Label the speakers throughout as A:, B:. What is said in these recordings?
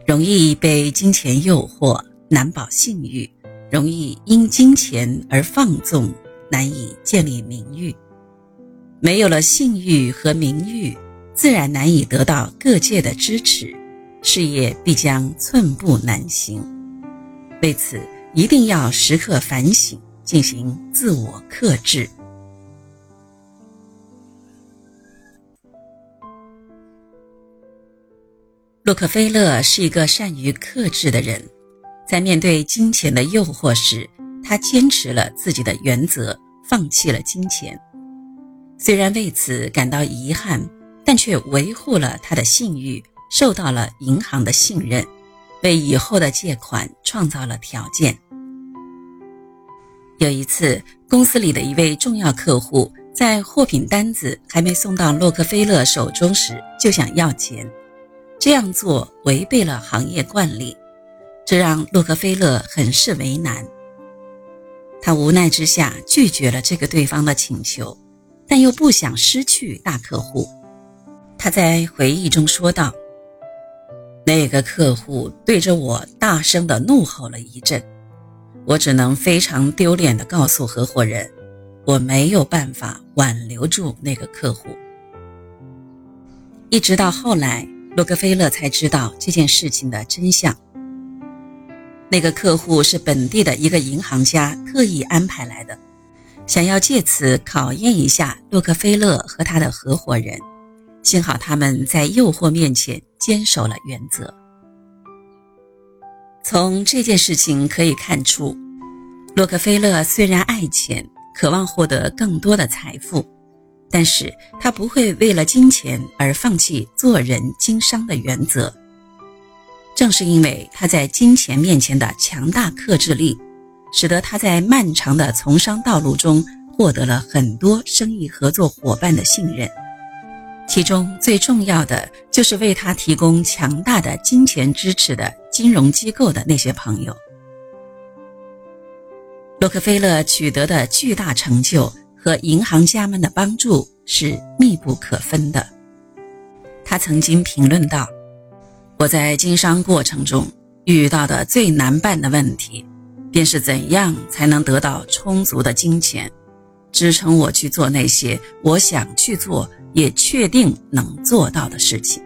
A: 容易被金钱诱惑，难保信誉，容易因金钱而放纵，难以建立名誉。没有了信誉和名誉，自然难以得到各界的支持，事业必将寸步难行。为此，一定要时刻反省，进行自我克制。洛克菲勒是一个善于克制的人，在面对金钱的诱惑时，他坚持了自己的原则，放弃了金钱。虽然为此感到遗憾，但却维护了他的信誉，受到了银行的信任，为以后的借款创造了条件。有一次，公司里的一位重要客户在货品单子还没送到洛克菲勒手中时就想要钱，这样做违背了行业惯例，这让洛克菲勒很是为难。他无奈之下拒绝了这个对方的请求，但又不想失去大客户。他在回忆中说道，那个客户对着我大声地怒吼了一阵，我只能非常丢脸地告诉合伙人，我没有办法挽留住那个客户。一直到后来，洛克菲勒才知道这件事情的真相。那个客户是本地的一个银行家特意安排来的，想要借此考验一下洛克菲勒和他的合伙人，幸好他们在诱惑面前坚守了原则。从这件事情可以看出，洛克菲勒虽然爱钱，渴望获得更多的财富，但是他不会为了金钱而放弃做人经商的原则。正是因为他在金钱面前的强大克制力，使得他在漫长的从商道路中获得了很多生意合作伙伴的信任，其中最重要的就是为他提供强大的金钱支持的金融机构的那些朋友。洛克菲勒取得的巨大成就和银行家们的帮助是密不可分的。他曾经评论道，我在经商过程中遇到的最难办的问题，便是怎样才能得到充足的金钱，支撑我去做那些我想去做也确定能做到的事情。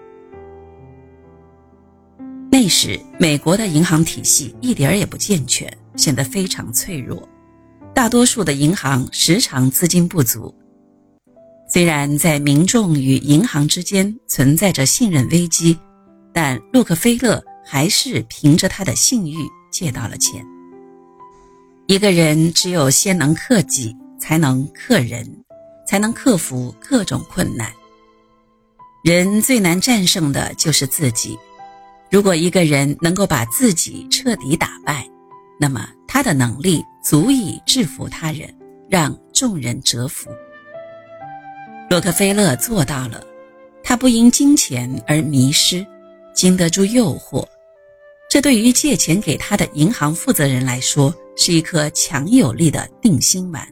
A: 那时美国的银行体系一点也不健全，显得非常脆弱，大多数的银行时常资金不足。虽然在民众与银行之间存在着信任危机，但洛克菲勒还是凭着他的信誉借到了钱。一个人只有先能克己，才能克人，才能克服各种困难。人最难战胜的就是自己，如果一个人能够把自己彻底打败，那么他的能力足以制服他人，让众人折服。洛克菲勒做到了，他不因金钱而迷失，经得住诱惑。这对于借钱给他的银行负责人来说，是一颗强有力的定心丸。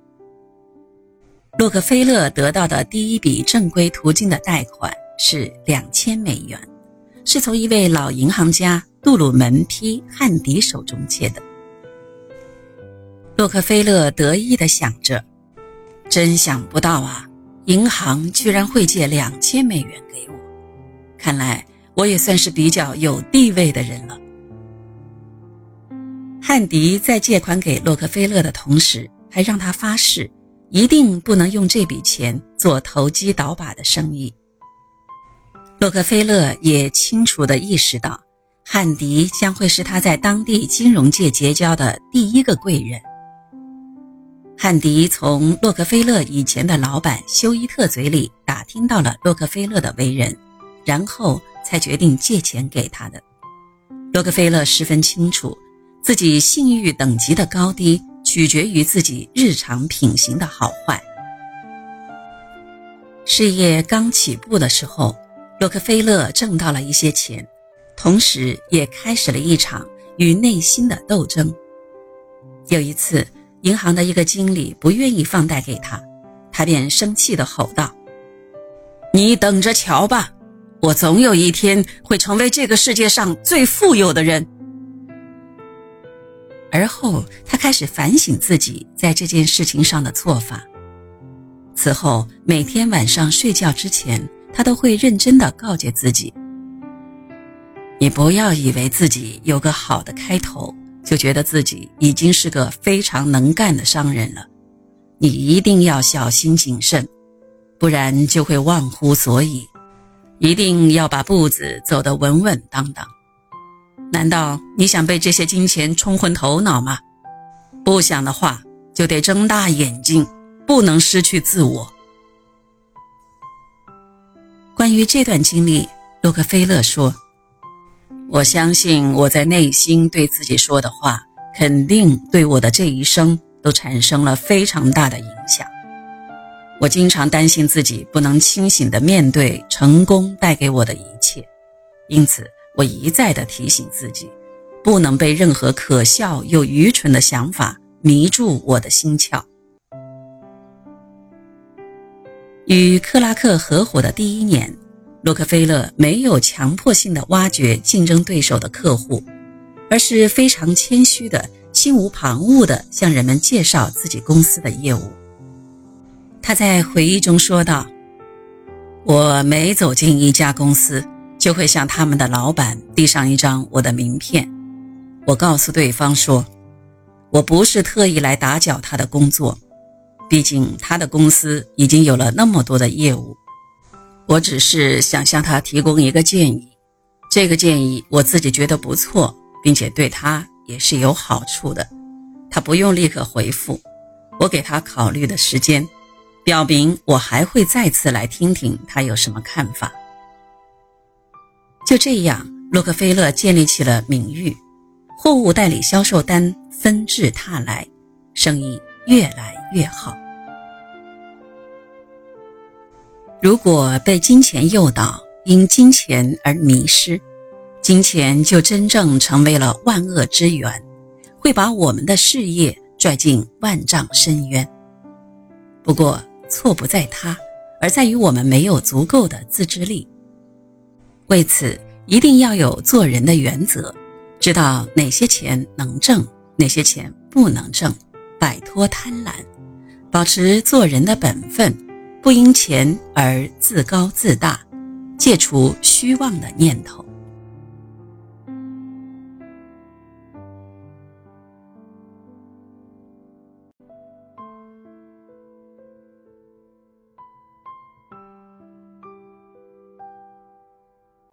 A: 洛克菲勒得到的第一笔正规途径的贷款是$2000，是从一位老银行家杜鲁门 P 汉迪手中借的。洛克菲勒得意地想着，真想不到啊，银行居然会借$2000给我，看来我也算是比较有地位的人了。汉迪在借款给洛克菲勒的同时，还让他发誓一定不能用这笔钱做投机倒把的生意。洛克菲勒也清楚地意识到，汉迪将会是他在当地金融界结交的第一个贵人。汉迪从洛克菲勒以前的老板休伊特嘴里打听到了洛克菲勒的为人，然后才决定借钱给他的。洛克菲勒十分清楚，自己信誉等级的高低取决于自己日常品行的好坏。事业刚起步的时候，洛克菲勒挣到了一些钱，同时也开始了一场与内心的斗争。有一次，银行的一个经理不愿意放贷给他，他便生气地吼道，你等着瞧吧， 我总有一天会成为这个世界上最富有的人。而后他开始反省自己在这件事情上的做法。此后每天晚上睡觉之前，他都会认真地告诫自己，你不要以为自己有个好的开头，就觉得自己已经是个非常能干的商人了。你一定要小心谨慎，不然就会忘乎所以，一定要把步子走得稳稳当当。难道你想被这些金钱冲昏头脑吗？不想的话，就得睁大眼睛，不能失去自我。关于这段经历，洛克菲勒说，我相信我在内心对自己说的话，肯定对我的这一生都产生了非常大的影响。我经常担心自己不能清醒地面对成功带给我的一切，因此我一再地提醒自己，不能被任何可笑又愚蠢的想法迷住我的心窍。与克拉克合伙的第1年，洛克菲勒没有强迫性地挖掘竞争对手的客户，而是非常谦虚地、心无旁骛地向人们介绍自己公司的业务。他在回忆中说道，我每走进一家公司，就会向他们的老板递上一张我的名片。我告诉对方说，我不是特意来打搅他的工作，毕竟他的公司已经有了那么多的业务，我只是想向他提供一个建议，这个建议我自己觉得不错，并且对他也是有好处的。他不用立刻回复，我给他考虑的时间，表明我还会再次来听听他有什么看法。就这样，洛克菲勒建立起了名誉，货物代理销售单纷至沓来，生意越来越好。如果被金钱诱导，因金钱而迷失，金钱就真正成为了万恶之源，会把我们的事业拽进万丈深渊。不过错不在他，而在于我们没有足够的自制力。为此，一定要有做人的原则，知道哪些钱能挣，哪些钱不能挣，摆脱贪婪，保持做人的本分，不因钱而自高自大，戒除虚妄的念头。